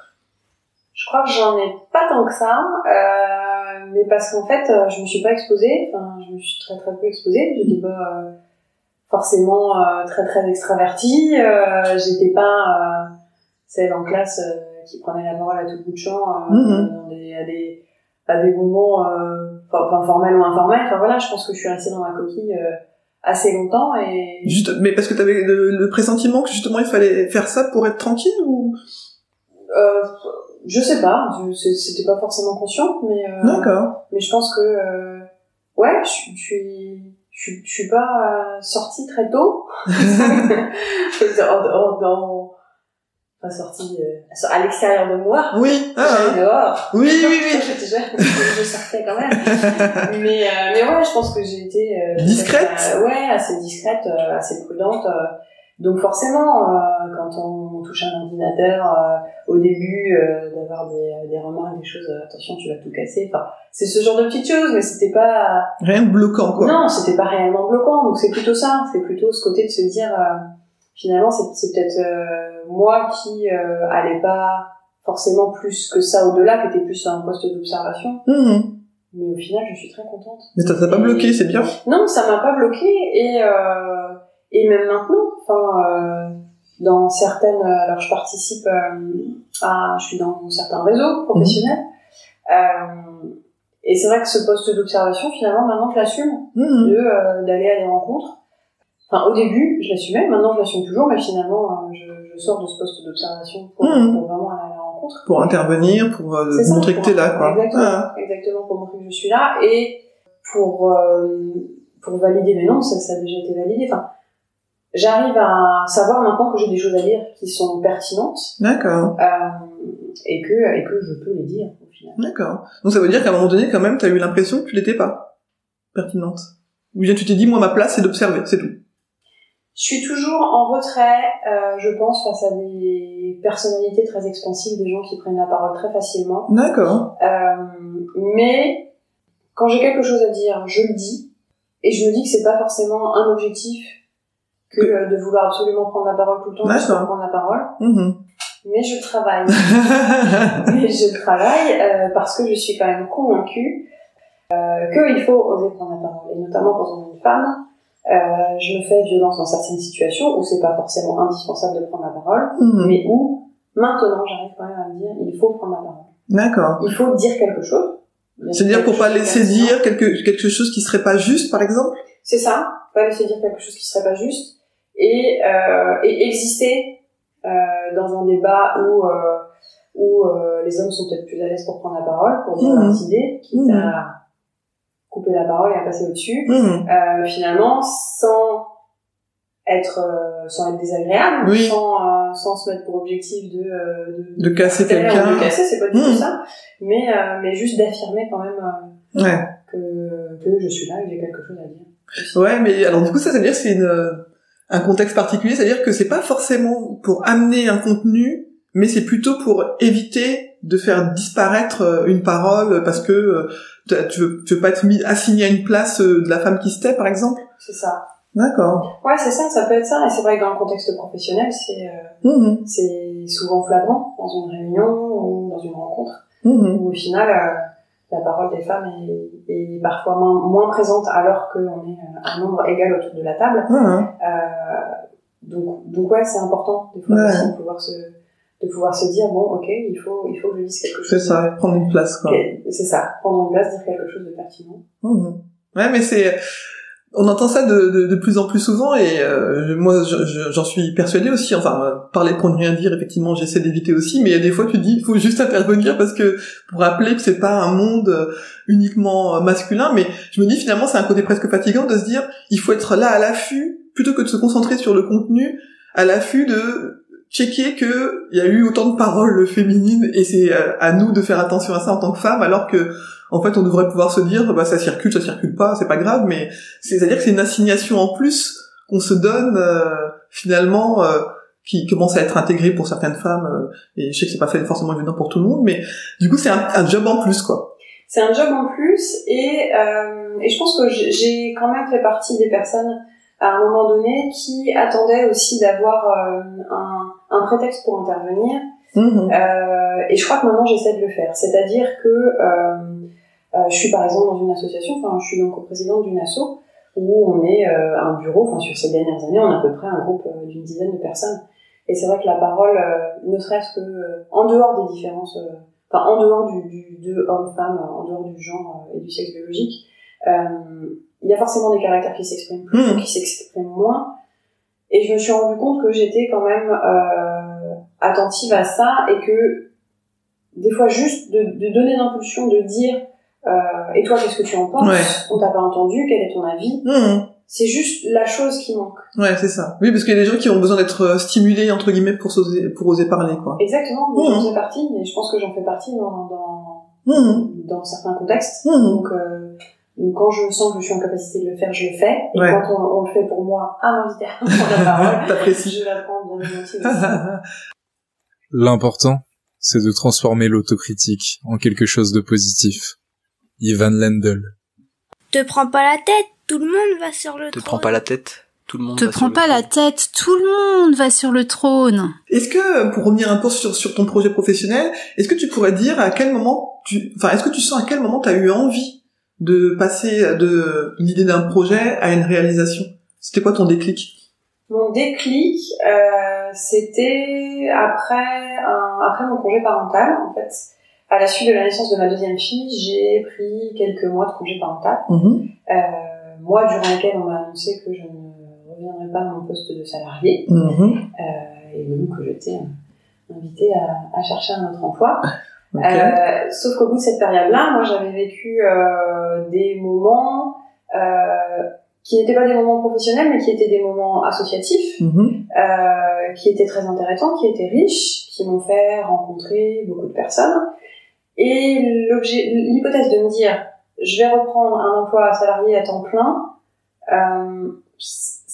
Je crois que j'en ai pas tant que ça, euh, mais parce qu'en fait, je me suis pas exposée, enfin, je me suis très très peu exposée, j'étais pas euh, forcément euh, très très extravertie, euh, j'étais pas euh, celle en classe euh, qui prenait la parole à tout bout de champ euh, mmh. dans des, à des à des moments euh, enfin formels ou informels. Enfin voilà, je pense que je suis restée dans ma coquille euh, assez longtemps et juste mais parce que t'avais le, le pressentiment que justement il fallait faire ça pour être tranquille ou euh, je sais pas, c'était pas forcément conscient, mais euh, d'accord. Mais je pense que euh, ouais, je suis je je suis pas euh, sortie très tôt. dans, dans pas sortie euh, à l'extérieur de moi. Oui. Ah, j'allais dehors. Oui, oui, oui. je, je, je sortais quand même. mais euh, mais ouais, je pense que j'ai été euh, discrète. Euh, ouais, assez discrète, euh, assez prudente. Euh, donc forcément, euh, quand on touche un ordinateur, euh, au début, euh, d'avoir des, des remarques, des choses, euh, attention, tu vas tout casser. Enfin, c'est ce genre de petites choses, mais c'était pas rien de bloquant, quoi. Non, c'était pas réellement bloquant. Donc c'est plutôt ça. C'est plutôt ce côté de se dire, euh, finalement, c'est, c'est peut-être euh, moi qui euh, allais pas forcément plus que ça au-delà, qui était plus un poste d'observation. Mmh. Mais au final, je suis très contente. Mais ça t'a pas bloqué, c'est bien. Non, ça m'a pas bloqué et euh, et même maintenant, enfin, euh, dans certaines, alors je participe euh, à, je suis dans certains réseaux professionnels, mmh. euh, et c'est vrai que ce poste d'observation, finalement, maintenant je l'assume, mmh. de euh, d'aller à des rencontres. Enfin, au début, je l'assumais, maintenant je l'assume toujours, mais finalement, euh, je, je sors de ce poste d'observation pour, mmh. pour vraiment aller à la rencontre. Pour intervenir, pour euh, ça, montrer pour que t'es là, quoi. Exactement, ah. exactement, pour montrer que je suis là, et pour euh, pour valider, mais non, ça, ça a déjà été validé. Enfin, j'arrive à savoir maintenant que j'ai des choses à dire qui sont pertinentes. D'accord. Euh, et que et que je peux les dire au final. D'accord. Donc ça veut dire qu'à un moment donné, quand même, t'as eu l'impression que tu l'étais pas pertinente. Ou bien tu t'es dit, moi, ma place, c'est d'observer, c'est tout. Je suis toujours en retrait, euh, je pense, face à des personnalités très expansives, des gens qui prennent la parole très facilement. D'accord. Euh, mais quand j'ai quelque chose à dire, je le dis, et je me dis que c'est pas forcément un objectif que euh, de vouloir absolument prendre la parole tout le temps, juste pour prendre la parole. Mmh. Mais je travaille. mais je travaille euh, parce que je suis quand même convaincue euh, qu'il faut oser prendre la parole, et notamment quand on est une femme. Euh, je me fais violence dans certaines situations où c'est pas forcément indispensable de prendre la parole, mmh. mais où maintenant j'arrive quand même à me dire il faut prendre la parole. D'accord. Il faut dire quelque chose. C'est-à-dire pour pas laisser dire quelque quelque chose qui serait pas juste, par exemple. C'est ça, pas laisser dire quelque chose qui serait pas juste et euh, et exister euh, dans un débat où euh, où euh, les hommes sont peut-être plus à l'aise pour prendre la parole, pour dire mmh. leurs idées, quitte mmh. à couper la parole et à passer au-dessus, mmh. euh, finalement, sans être, euh, sans être désagréable, oui. sans, euh, sans se mettre pour objectif de, euh, de, de casser quelqu'un. De casser, c'est pas du mmh. tout ça, mais, euh, mais juste d'affirmer quand même, euh, ouais. que, que je suis là et que j'ai quelque chose à dire. Aussi. Ouais, mais alors du coup, ça, ça veut dire que c'est une, un contexte particulier, c'est-à-dire que c'est pas forcément pour amener un contenu, mais c'est plutôt pour éviter de faire disparaître une parole parce que tu veux, tu veux pas être mis, assigné à une place de la femme qui se tait, par exemple. C'est ça. D'accord. Ouais, c'est ça, ça peut être ça. Et c'est vrai que dans le contexte professionnel, c'est, euh, mmh. c'est souvent flagrant dans une réunion ou dans une rencontre, mmh. où au final, euh, la parole des femmes est, est parfois moins, moins présente alors qu'on est un nombre égal autour de la table. Mmh. Euh, donc, donc ouais, c'est important des fois ouais. aussi de pouvoir se de pouvoir se dire bon ok il faut il faut que je dise quelque chose. C'est ça, prendre une place quoi. C'est ça, prendre une place, dire quelque chose de pertinent. Mmh. Ouais, mais c'est on entend ça de de, de plus en plus souvent et euh, moi je, je, j'en suis persuadée aussi. Enfin euh, parler pour ne rien dire, effectivement j'essaie d'éviter aussi, mais il y a des fois tu dis il faut juste intervenir parce que pour rappeler que c'est pas un monde uniquement masculin. Mais je me dis finalement c'est un côté presque fatigant de se dire il faut être là à l'affût plutôt que de se concentrer sur le contenu, à l'affût de checker que il y a eu autant de paroles féminines et c'est à nous de faire attention à ça en tant que femme, alors que en fait on devrait pouvoir se dire bah ça circule, ça circule pas, c'est pas grave, mais c'est-à-dire que c'est une assignation en plus qu'on se donne euh, finalement euh, qui commence à être intégrée pour certaines femmes euh, et je sais que c'est pas fait forcément évident pour tout le monde, mais du coup c'est un, un job en plus quoi. C'est un job en plus et euh, et je pense que j'ai quand même fait partie des personnes à un moment donné qui attendaient aussi d'avoir euh, un un prétexte pour intervenir, mmh. euh, et je crois que maintenant j'essaie de le faire. C'est-à-dire que euh, euh, je suis par exemple dans une association, enfin je suis donc coprésidente d'une asso où on est euh, un bureau, enfin sur ces dernières années on a à peu près un groupe euh, d'une dizaine de personnes. Et c'est vrai que la parole, euh, ne serait-ce que euh, en dehors des différences, euh, enfin en dehors du, du de homme-femme, en dehors du genre euh, et du sexe biologique, euh, il y a forcément des caractères qui s'expriment plus mmh. ou qui s'expriment moins. Et je me suis rendu compte que j'étais quand même euh, attentive à ça et que des fois juste de, de donner l'impulsion de dire euh, et toi qu'est-ce que tu en penses, ouais. on t'a pas entendu, quel est ton avis, mmh. c'est juste la chose qui manque. Ouais, c'est ça. Oui, parce qu'il y a des gens qui ont besoin d'être stimulés entre guillemets pour oser, pour oser parler quoi. Exactement, moi mmh. j'en fais partie, mais je pense que j'en fais partie dans dans, mmh. dans certains contextes. Mmh. Donc euh, Donc quand je sens que je suis en capacité de le faire, je le fais. Et ouais. quand on, on le fait pour moi, à m'inviter à prendre la parole, t'apprécies. Je la prends bien volontiers. L'important, c'est de transformer l'autocritique en quelque chose de positif. Ivan Lendl. Te prends pas la tête, tout le monde va sur le Te trône. prends pas la tête, tout le monde Te va prends sur pas le la tête, tout le monde va sur le trône. Est-ce que, pour revenir un peu sur, sur ton projet professionnel, est-ce que tu pourrais dire à quel moment tu, enfin, est-ce que tu sens à quel moment t'as eu envie de passer de l'idée d'un projet à une réalisation? C'était quoi ton déclic? Mon déclic, euh, c'était après un, après mon congé parental, en fait. À la suite de la naissance de ma deuxième fille, j'ai pris quelques mois de congé parental. Mmh. Euh, mois durant lesquels on m'a annoncé que je ne reviendrais pas à mon poste de salarié. Mmh. Euh, et donc que j'étais invitée à, à chercher un autre emploi. Okay. Euh, sauf qu'au bout de cette période-là, moi j'avais vécu euh, des moments euh, qui n'étaient pas des moments professionnels, mais qui étaient des moments associatifs, mmh. euh, qui étaient très intéressants, qui étaient riches, qui m'ont fait rencontrer beaucoup de personnes. Et l'objet, l'hypothèse de me dire, je vais reprendre un emploi salarié à temps plein, euh,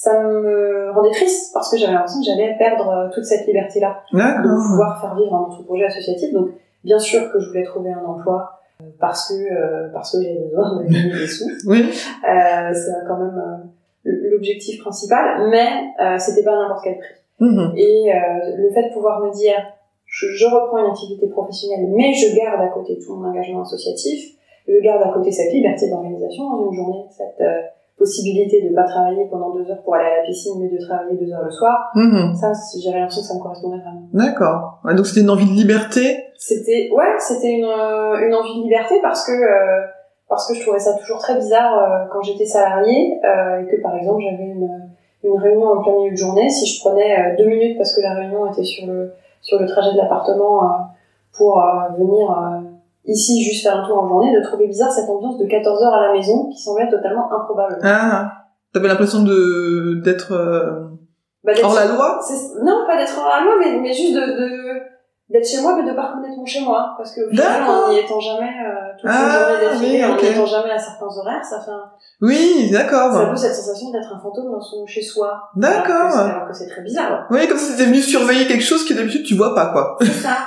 ça me rendait triste parce que j'avais l'impression que j'allais perdre euh, toute cette liberté-là D'accord. de pouvoir faire vivre un autre projet associatif. Donc, bien sûr que je voulais trouver un emploi euh, parce que euh, parce que j'avais besoin de gagner des sous. Oui. Euh, c'est quand même euh, l'objectif principal, mais euh, c'était pas à n'importe quel prix. Mmh. Et euh, le fait de pouvoir me dire, je, je reprends une activité professionnelle, mais je garde à côté tout mon engagement associatif, je garde à côté cette liberté d'organisation dans une journée, cette euh, possibilité de pas travailler pendant deux heures pour aller à la piscine, mais de travailler deux heures le soir. Mmh. Ça, j'avais l'impression que ça me correspondait vraiment. D'accord. Ouais, donc c'était une envie de liberté. C'était, ouais, c'était une une envie de liberté parce que euh, parce que je trouvais ça toujours très bizarre euh, quand j'étais salariée euh, et que par exemple j'avais une une réunion en plein milieu de journée, si je prenais euh, deux minutes parce que la réunion était sur le sur le trajet de l'appartement euh, pour euh, venir euh, ici juste faire un tour en journée, de trouver bizarre cette ambiance de quatorze heures à la maison qui semblait totalement improbable. Ah, t'avais l'impression de d'être euh, bah, d'être hors la loi? C'est, non, pas d'être hors la loi, mais mais juste de, de d'être chez moi, mais de pas reconnaître mon chez moi, parce que au final, en n'y étant jamais euh, toute ah, une journée d'affilée, oui, en okay. n'y étant jamais à certains horaires, ça fait un... Oui, d'accord. C'est un peu cette sensation d'être un fantôme dans son chez soi. D'accord. Alors que c'est, alors que c'est très bizarre. Oui, comme si t'étais venu surveiller quelque chose que d'habitude tu vois pas, quoi. C'est ça.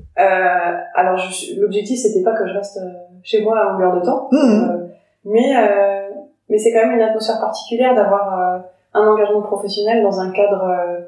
Euh, alors, je, l'objectif, c'était pas que je reste chez moi à longueur de temps. Mmh. Euh, mais, euh, mais c'est quand même une atmosphère particulière d'avoir euh, un engagement professionnel dans un cadre euh,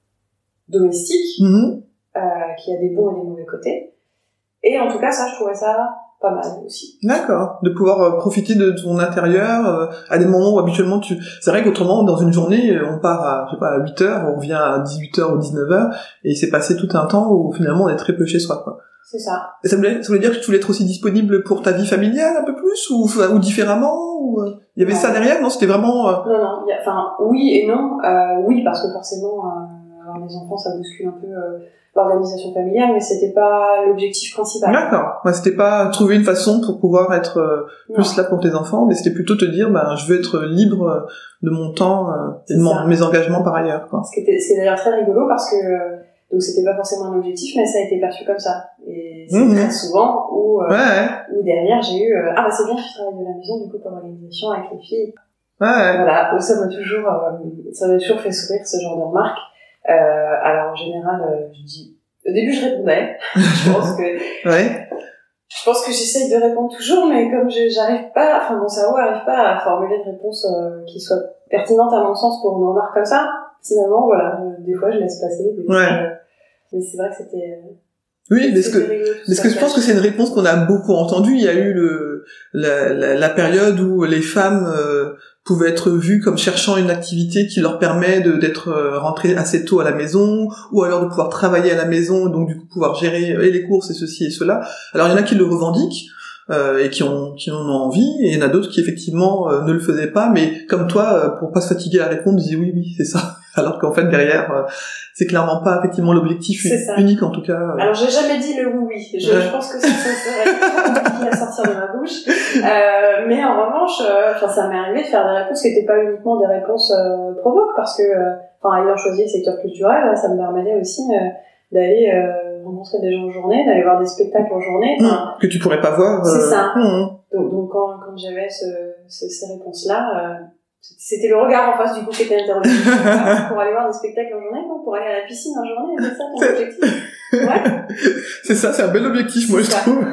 domestique. Mmh. Euh, qui a des bons et des mauvais côtés. Et en tout cas, ça, je trouvais ça pas mal aussi. D'accord. De pouvoir euh, profiter de ton intérieur euh, à des moments où habituellement tu... C'est vrai qu'autrement, dans une journée, on part à, je sais pas, à huit heures, on revient à dix-huit heures ou dix-neuf heures, et c'est passé tout un temps où finalement on est très peu chez soi, quoi. C'est ça. Et ça voulait, ça voulait dire que tu voulais être aussi disponible pour ta vie familiale un peu plus, ou, ou différemment, ou euh, il y avait ouais. ça derrière? Non, c'était vraiment... Euh... Non, non, y a, enfin, oui et non. Euh, oui, parce que forcément, euh, avoir des enfants, ça bouscule un peu... Euh, l'organisation familiale, mais c'était pas l'objectif principal. D'accord. Ouais, c'était pas trouver une façon pour pouvoir être euh, plus là pour tes enfants, mais c'était plutôt te dire, ben, je veux être libre de mon temps euh, et de mon, mes engagements par ailleurs, quoi. Ce qui était, ce qui est d'ailleurs très rigolo parce que, euh, donc c'était pas forcément un objectif, mais ça a été perçu comme ça. Et c'est mmh. très souvent où, euh, ouais, ouais. où derrière j'ai eu, euh, ah bah c'est bien, tu travailles de la maison, du coup, pour l'organisation avec les filles. Ouais, ouais. Voilà. Ça m'a toujours, euh, ça m'a toujours fait sourire ce genre de remarques. Euh, alors en général, euh, je dis, au début je répondais. je pense que, ouais. je pense que j'essaye de répondre toujours, mais comme je, j'arrive pas, enfin mon cerveau arrive pas à formuler de réponse euh, qui soit pertinente à mon sens pour une remarque comme ça. Finalement, voilà, euh, des fois je laisse passer. Des fois, ouais. euh, mais c'est vrai que c'était. Euh, oui, parce que, parce que je pense que c'est une réponse qu'on a beaucoup entendue. Il y a eu le, la, la, la période où les femmes euh, pouvaient être vues comme cherchant une activité qui leur permet de, d'être euh, rentrées assez tôt à la maison, ou alors de pouvoir travailler à la maison, donc du coup pouvoir gérer et les courses et ceci et cela. Alors il y en a qui le revendiquent, euh, et qui ont qui en ont envie, et il y en a d'autres qui effectivement euh, ne le faisaient pas, mais comme toi, euh, pour pas se fatiguer à répondre, disaient oui oui c'est ça. Alors qu'en fait derrière euh, c'est clairement pas effectivement l'objectif u- unique en tout cas. Euh... Alors j'ai jamais dit le oui oui. Je, ouais. je pense que ça, ça serait compliqué à sortir de ma bouche. Euh, mais en revanche, enfin euh, ça m'est arrivé de faire des réponses qui n'étaient pas uniquement des réponses euh, provoques, parce que enfin euh, ayant choisi le secteur culturel, ça me permettait aussi euh, d'aller euh, rencontrer des gens en journée, d'aller voir des spectacles en journée. Mmh, que tu pourrais pas voir. C'est euh... ça. Mmh. Donc, donc quand, quand j'avais ce, ce, ces réponses là. Euh, C'était le regard en face du coup qui était interrogé. Pour aller voir des spectacles en journée, non? Pour aller à la piscine en journée, c'est ça ton c'est... objectif? Ouais. C'est ça, c'est un bel objectif, moi, c'est je ça. trouve.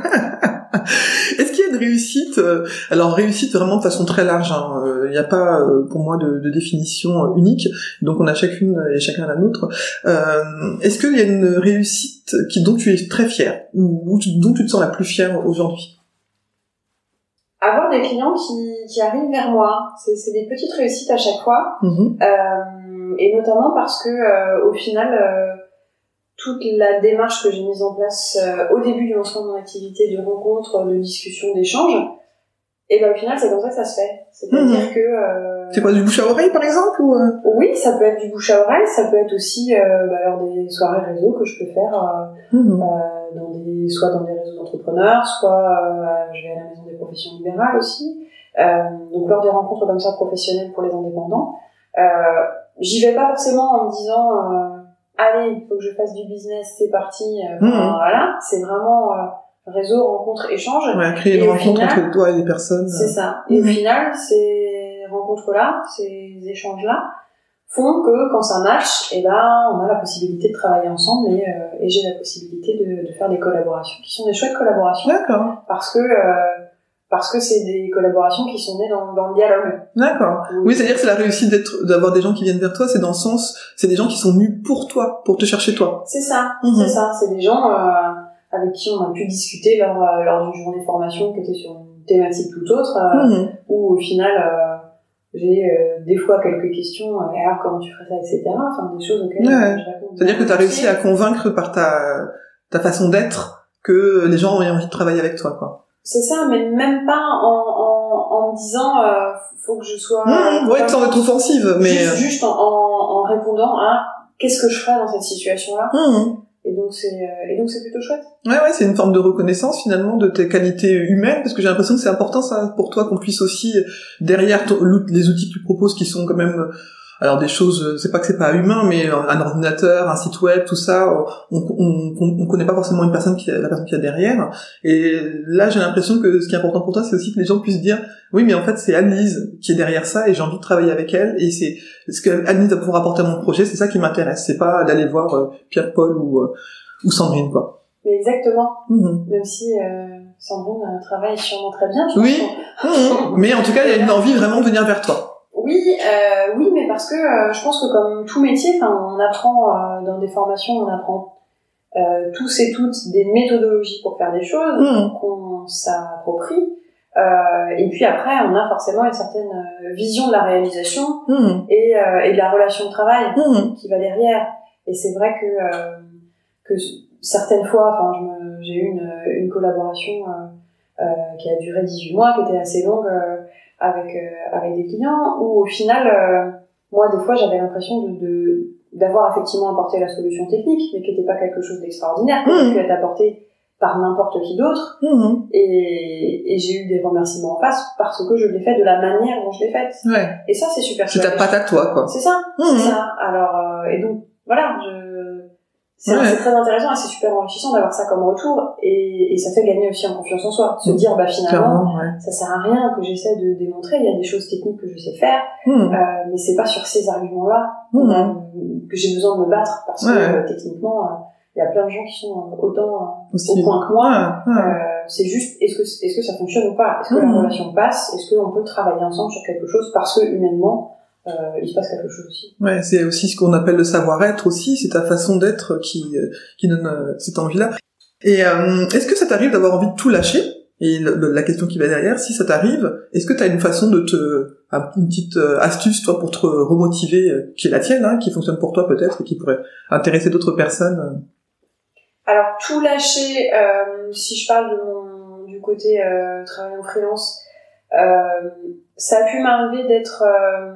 Est-ce qu'il y a une réussite, euh, alors réussite vraiment de façon très large, hein. Il euh, n'y a pas euh, pour moi de, de définition euh, unique, donc on a chacune et chacun la nôtre. Euh, est-ce qu'il y a une réussite qui, dont tu es très fière, ou, ou dont tu te sens la plus fière aujourd'hui? Avoir des clients qui, qui arrivent vers moi, c'est, c'est des petites réussites à chaque fois, mmh. euh, et notamment parce que euh, au final, euh, toute la démarche que j'ai mise en place euh, au début du lancement de mon activité, de rencontres, de discussions, d'échanges, et ben au final c'est comme ça que ça se fait. C'est-à-dire mmh. que euh, c'est quoi, du bouche à oreille par exemple ou euh... Oui, ça peut être du bouche à oreille, ça peut être aussi euh, bah, alors des soirées réseau que je peux faire. Euh, mmh. euh, dans des, soit dans des réseaux d'entrepreneurs, soit euh, je vais à la maison des professions libérales aussi. Euh, donc lors des rencontres comme ça professionnelles pour les indépendants, euh, j'y vais pas forcément en me disant euh, allez, il faut que je fasse du business, c'est parti. Euh, mmh. Voilà, c'est vraiment euh, réseau, rencontre, échange. Ouais, créer une rencontre final, entre toi et les personnes. C'est ça. Et mmh. au final, ces rencontres-là, ces échanges-là, font que quand ça match, eh ben, on a la possibilité de travailler ensemble et, euh, et j'ai la possibilité de, de faire des collaborations qui sont des chouettes collaborations. D'accord. Parce que, euh, parce que c'est des collaborations qui sont nées dans, dans le dialogue. D'accord. Oui, oui, c'est-à-dire que c'est la réussite d'être, d'avoir des gens qui viennent vers toi, c'est dans le sens, c'est des gens qui sont venus pour toi, pour te chercher toi. C'est ça, mmh. c'est ça. C'est des gens, euh, avec qui on a pu discuter lors, euh, lors d'une journée de formation qui était sur une thématique tout autre, euh, mmh. où au final, euh, j'ai euh, des fois quelques questions, euh, et alors comment tu ferais ça, et cetera. Enfin, des choses auxquelles ouais. je réponds. C'est-à-dire que tu as réussi à convaincre par ta, ta façon d'être que les gens ont envie de travailler avec toi, quoi. C'est ça, mais même pas en, en, en me disant, euh, faut que je sois... Mmh, ouais, sans être offensive, mais... Juste, juste en, en, en répondant à qu'est-ce que je ferais dans cette situation-là. Mmh. Et donc c'est et donc c'est plutôt chouette. Ouais ouais, c'est une forme de reconnaissance finalement de tes qualités humaines, parce que j'ai l'impression que c'est important ça pour toi qu'on puisse aussi derrière ton, les outils que tu proposes qui sont quand même alors des choses, c'est pas que c'est pas humain, mais un ordinateur, un site web, tout ça, on on, on, on connaît pas forcément une personne qui la personne qui est derrière. Et là, j'ai l'impression que ce qui est important pour toi, c'est aussi que les gens puissent dire oui, mais en fait, c'est Anne-Lise qui est derrière ça et j'ai envie de travailler avec elle. Et c'est ce que Anne-Lise va pouvoir apporter à mon projet, c'est ça qui m'intéresse. C'est pas d'aller voir euh, Pierre-Paul ou euh, ou Sandrine, quoi. Mais exactement. Mmh. Même si euh, Sandrine euh, travaille sûrement très bien. Je oui. Pense mmh. Mais en tout cas, il y a une envie vraiment de venir vers toi. Oui, euh, oui, mais parce que euh, je pense que comme tout métier, enfin, on apprend euh, dans des formations, on apprend euh, tous et toutes des méthodologies pour faire des choses mmh. qu'on s'approprie. Euh, et puis après, on a forcément une certaine euh, vision de la réalisation mmh. et, euh, et de la relation de travail mmh. qui va derrière. Et c'est vrai que euh, que certaines fois, enfin, je me, j'ai eu une, une collaboration euh, euh, qui a duré dix-huit mois, qui était assez longue. Euh, avec euh, avec des clients où au final euh, moi des fois j'avais l'impression de, de d'avoir effectivement apporté la solution technique mais qui n'était pas quelque chose d'extraordinaire qui aurait pu être apporté par n'importe qui d'autre mmh. et et j'ai eu des remerciements en face parce que je l'ai fait de la manière dont je l'ai faite ouais. Et ça c'est super c'est ta patte à toi quoi. C'est ça mmh. c'est ça alors euh, et donc voilà je C'est, ouais. c'est très intéressant et c'est super enrichissant d'avoir ça comme retour et, et ça fait gagner aussi en confiance en soi. Se mmh. dire, bah finalement, ouais. ça sert à rien que j'essaie de démontrer, il y a des choses techniques que je sais faire, mmh. euh, mais c'est pas sur ces arguments-là mmh. euh, que j'ai besoin de me battre parce ouais. que euh, techniquement, il euh, y a plein de gens qui sont euh, autant euh, au point que moi. Ouais. Euh, c'est juste, est-ce que, est-ce que ça fonctionne ou pas? Est-ce que mmh. la relation passe? Est-ce qu'on peut travailler ensemble sur quelque chose parce que humainement, Euh, il se passe quelque chose aussi. Ouais, c'est aussi ce qu'on appelle le savoir-être aussi, c'est ta façon d'être qui euh, qui donne euh, cette envie-là. Et euh, est-ce que ça t'arrive d'avoir envie de tout lâcher? Et le, le, la question qui va derrière, si ça t'arrive, est-ce que t'as une façon de te une petite euh, astuce toi pour te remotiver euh, qui est la tienne, hein, qui fonctionne pour toi peut-être et qui pourrait intéresser d'autres personnes? Alors tout lâcher, euh, si je parle de mon du côté euh, travail en freelance, euh, ça a pu m'arriver d'être euh,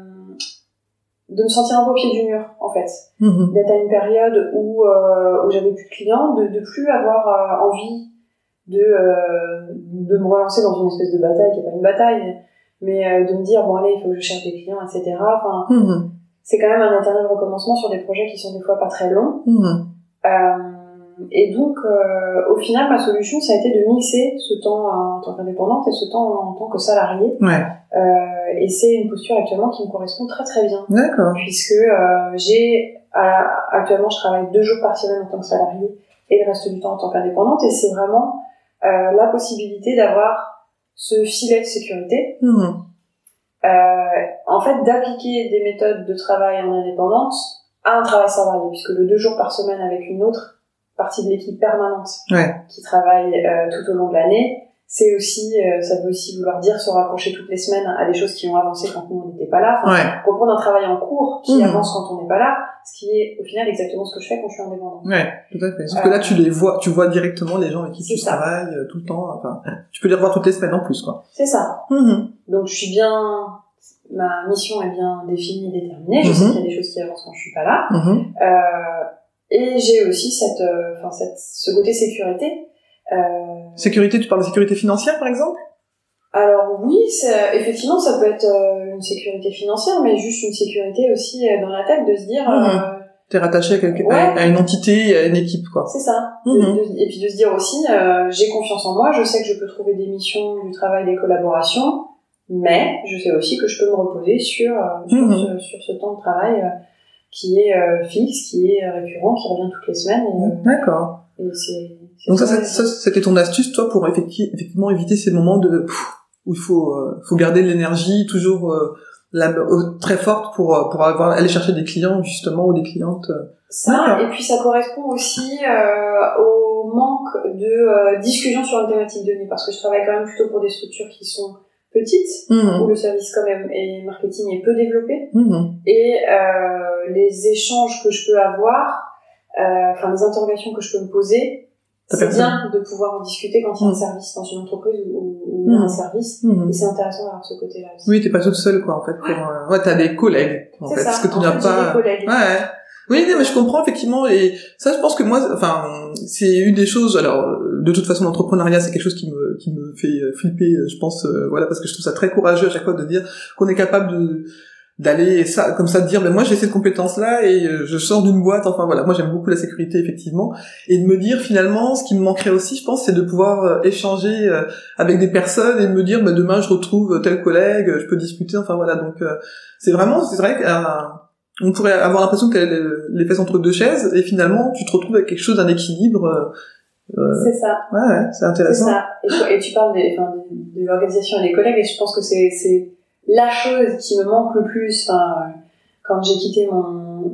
de me sentir un peu au pied du mur en fait, mmh. d'être à une période où euh, où j'avais plus de clients, de de plus avoir euh, envie de euh, de me relancer dans une espèce de bataille qui est pas une bataille, mais euh, de me dire bon allez il faut que je cherche des clients etc. Enfin mmh. c'est quand même un éternel recommencement sur des projets qui sont des fois pas très longs. Mmh. Euh, et donc euh, au final ma solution ça a été de mixer ce temps en tant qu'indépendante et ce temps en tant que salariée. Ouais. Euh, et c'est une posture actuellement qui me correspond très très bien. D'accord. Puisque euh, j'ai à, actuellement je travaille deux jours par semaine en tant que salariée et le reste du temps en tant qu'indépendante et c'est vraiment euh, la possibilité d'avoir ce filet de sécurité. Mmh. Euh, en fait d'appliquer des méthodes de travail en indépendante à un travail salarié puisque le deux jours par semaine avec une autre partie de l'équipe permanente ouais. qui travaille euh, tout au long de l'année. C'est aussi, euh, ça veut aussi vouloir dire se raccrocher toutes les semaines à des choses qui ont avancé quand nous on n'était pas là. Enfin, ouais. reprendre un travail en cours qui mmh. avance quand on n'est pas là, ce qui est au final exactement ce que je fais quand je suis indépendante. Ouais, tout à fait. Sauf euh, que là tu les vois, tu vois directement les gens avec qui tu ça. travailles euh, tout le temps. Enfin, tu peux les revoir toutes les semaines en plus, quoi. C'est ça. Mmh. Donc je suis bien, ma mission est bien définie et déterminée. Je mmh. sais qu'il y a des choses qui avancent quand je suis pas là. Mmh. Euh, Et j'ai aussi cette, enfin euh, cette, ce côté sécurité. Euh... Sécurité, tu parles de sécurité financière, par exemple? Alors oui, c'est, effectivement, ça peut être euh, une sécurité financière, mais juste une sécurité aussi euh, dans la tête de se dire. Mmh. Euh... T'es rattaché à, quelque... ouais. à une entité, à une équipe, quoi. C'est ça. Mmh. De, de, et puis de se dire aussi, euh, j'ai confiance en moi, je sais que je peux trouver des missions, du travail, des collaborations mais je sais aussi que je peux me reposer sur, sur, mmh. ce, sur ce temps de travail euh, qui est euh, fixe, qui est récurrent, qui revient toutes les semaines. Et, euh, D'accord. Et c'est, c'est Donc ça, ça, ça, c'était ton astuce, toi, pour effecti- effectivement éviter ces moments de pff, où il faut, euh, faut garder de l'énergie toujours euh, la, euh, très forte pour pour avoir aller chercher des clients justement ou des clientes. Euh. Ça, D'accord. Et puis ça correspond aussi euh, au manque de euh, discussion sur une thématique donnée, parce que je travaille quand même plutôt pour des structures qui sont petites, mmh. où le service quand même et marketing est peu développé, mmh. et euh, les échanges que je peux avoir, euh, enfin les interrogations que je peux me poser, c'est personne. Bien de pouvoir en discuter quand il y a un service dans une entreprise ou, ou mmh. un service, mmh. et c'est intéressant d'avoir ce côté-là aussi. Oui, t'es pas toute seule quoi en fait. Pour, euh... Ouais, t'as des collègues en c'est fait, ça. parce que tu en n'as fait, pas. J'ai des collègues. Ouais. Oui, mais je comprends effectivement, et ça, je pense que moi, enfin, c'est une des choses. Alors, de toute façon, l'entrepreneuriat, c'est quelque chose qui me qui me fait flipper, je pense, euh, voilà, parce que je trouve ça très courageux à chaque fois de dire qu'on est capable de d'aller ça comme ça de dire, ben moi j'ai cette compétence là et je sors d'une boîte. Enfin voilà, moi j'aime beaucoup la sécurité effectivement, et de me dire finalement, ce qui me manquerait aussi, je pense, c'est de pouvoir échanger avec des personnes et de me dire, ben demain je retrouve tel collègue, je peux discuter. Enfin voilà, donc c'est vraiment, c'est vrai que on pourrait avoir l'impression qu'elle les fait entre deux chaises, et finalement, tu te retrouves avec quelque chose d'un équilibre. Euh, c'est ça. Ouais, ouais, c'est intéressant. C'est ça. Et, et tu parles des, enfin, de, de l'organisation et des collègues, et je pense que c'est, c'est la chose qui me manque le plus. Enfin, quand j'ai quitté mon,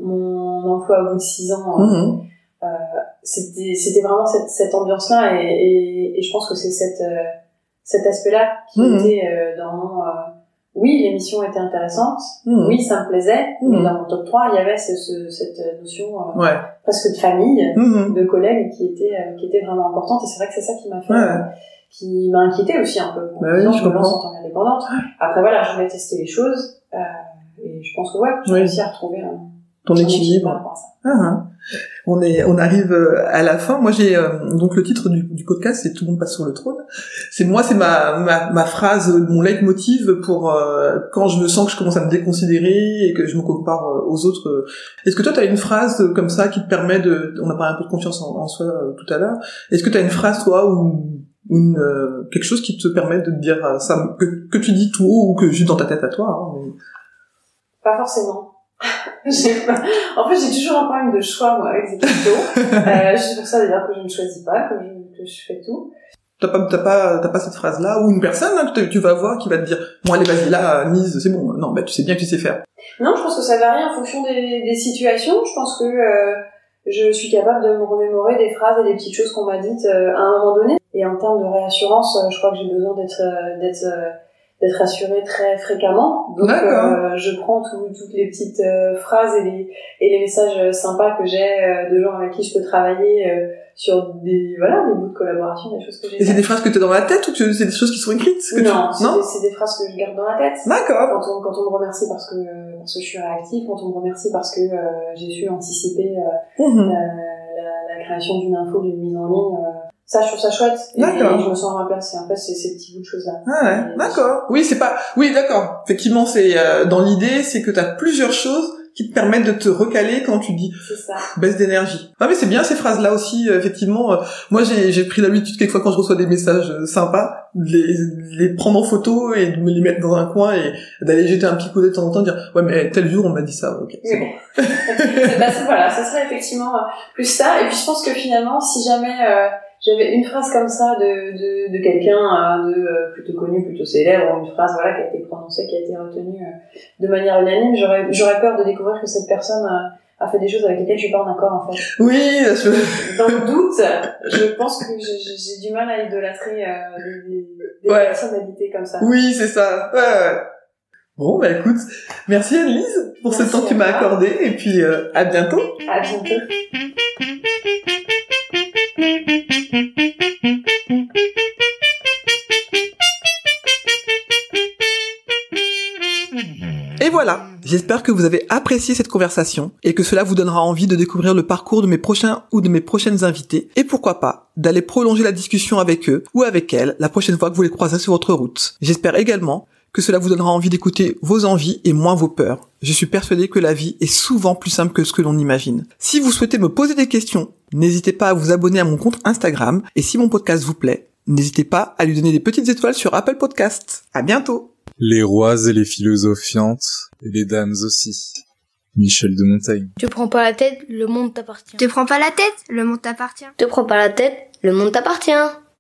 mon emploi au bout de six ans, mmh. euh, c'était, c'était vraiment cette, cette ambiance-là, et, et, et je pense que c'est cette, euh, cet aspect-là qui mmh. était euh, dans mon. Euh, Oui, l'émission était intéressante. Mmh. Oui, ça me plaisait. Mmh. Mais dans mon top trois, il y avait ce, ce, cette notion euh, ouais. presque de famille, mmh. de collègues qui était euh, qui était vraiment importante. Et c'est vrai que c'est ça qui m'a fait, ouais. euh, qui m'a inquiété aussi un peu. Bah oui, je me lance en tant qu'indépendante. Après voilà, je voulais tester les choses, euh, et je pense que ouais, j'ai oui. réussi à retrouver un, ton un équilibre. Ah, on est, on arrive à la fin. Moi, j'ai euh, donc le titre du, du podcast, c'est Tout le monde passe sur le trône. C'est moi, c'est ma, ma, ma phrase, mon leitmotiv pour euh, quand je me sens que je commence à me déconsidérer et que je me compare aux autres. Est-ce que toi, t'as une phrase comme ça qui te permet de, on a parlé un peu de confiance en, en soi euh, tout à l'heure. Est-ce que t'as une phrase toi ou une euh, quelque chose qui te permet de te dire ça, que, que tu dis tout haut ou que juste dans ta tête à toi, hein, mais... Pas forcément. j'ai pas... En fait, j'ai toujours un problème de choix, moi, avec ces questions. euh, c'est pour ça, d'ailleurs, que je ne choisis pas, que je, que je fais tout. T'as pas, t'as pas, t'as pas cette phrase-là, ou une personne, hein, que tu vas voir, qui va te dire, bon, allez, vas-y, là, Lise, c'est bon. Non, bah, tu sais bien que tu sais faire. Non, je pense que ça varie en fonction des, des situations. Je pense que, euh, je suis capable de me remémorer des phrases et des petites choses qu'on m'a dites, euh, à un moment donné. Et en termes de réassurance, euh, je crois que j'ai besoin d'être, euh, d'être, euh, d'être rassurée très fréquemment. Donc euh, je prends tout, toutes les petites euh, phrases et les, et les messages sympas que j'ai euh, de gens avec qui je peux travailler euh, sur des voilà des bouts de collaboration, des choses que j'ai. Et c'est des phrases que tu as dans la tête ou que c'est des choses qui sont écrites que Non, tu... c'est, non des, c'est des phrases que je garde dans la tête. D'accord. Quand on quand on me remercie parce que parce que je suis réactive, quand on me remercie parce que euh, j'ai su anticiper euh, mmh. la, la, la création d'une info, d'une mise en ligne. Euh, Ça, je trouve ça chouette. Et, d'accord. et je me sens à ma place. Et en fait, c'est ces petits bouts de choses-là. Ah ouais, et d'accord. Oui, c'est pas, oui, d'accord. Effectivement, c'est, euh, dans l'idée, c'est que t'as plusieurs choses qui te permettent de te recaler quand tu dis c'est ça. Baisse d'énergie. Ah mais c'est bien ces phrases-là aussi, euh, effectivement. Euh, moi, j'ai, j'ai pris l'habitude, quelquefois, quand je reçois des messages euh, sympas, de les, les prendre en photo et de me les mettre dans un coin et d'aller jeter un petit coup d'œil de temps en temps, dire, ouais, mais tel jour, on m'a dit ça, ok, c'est oui. bon. bah, c'est, voilà, ça serait effectivement plus ça. Et puis, je pense que finalement, si jamais, euh, j'avais une phrase comme ça de de, de quelqu'un euh, de euh, plutôt connu, plutôt célèbre, ou une phrase voilà qui a été prononcée, qui a été retenue euh, de manière unanime, j'aurais j'aurais peur de découvrir que cette personne euh, a fait des choses avec lesquelles je suis pas en accord en fait. Oui, je... dans le doute, je pense que j'ai, j'ai du mal à idolâtrer euh, des, des ouais. personnes habitées comme ça. Oui, c'est ça. Ouais, ouais. Bon, bah écoute, merci Anne-Lise pour merci ce temps que tu m'as accordé, et puis euh, à bientôt. À bientôt. Et voilà, j'espère que vous avez apprécié cette conversation et que cela vous donnera envie de découvrir le parcours de mes prochains ou de mes prochaines invités et pourquoi pas d'aller prolonger la discussion avec eux ou avec elles la prochaine fois que vous les croiserez sur votre route. J'espère également que cela vous donnera envie d'écouter vos envies et moins vos peurs. Je suis persuadé que la vie est souvent plus simple que ce que l'on imagine. Si vous souhaitez me poser des questions, n'hésitez pas à vous abonner à mon compte Instagram et si mon podcast vous plaît, n'hésitez pas à lui donner des petites étoiles sur Apple Podcasts. À bientôt! Les rois et les philosophiantes, et les dames aussi. Michel de Montaigne. Te prends pas la tête, le monde t'appartient. Te prends pas la tête, le monde t'appartient. Te prends pas la tête, le monde t'appartient.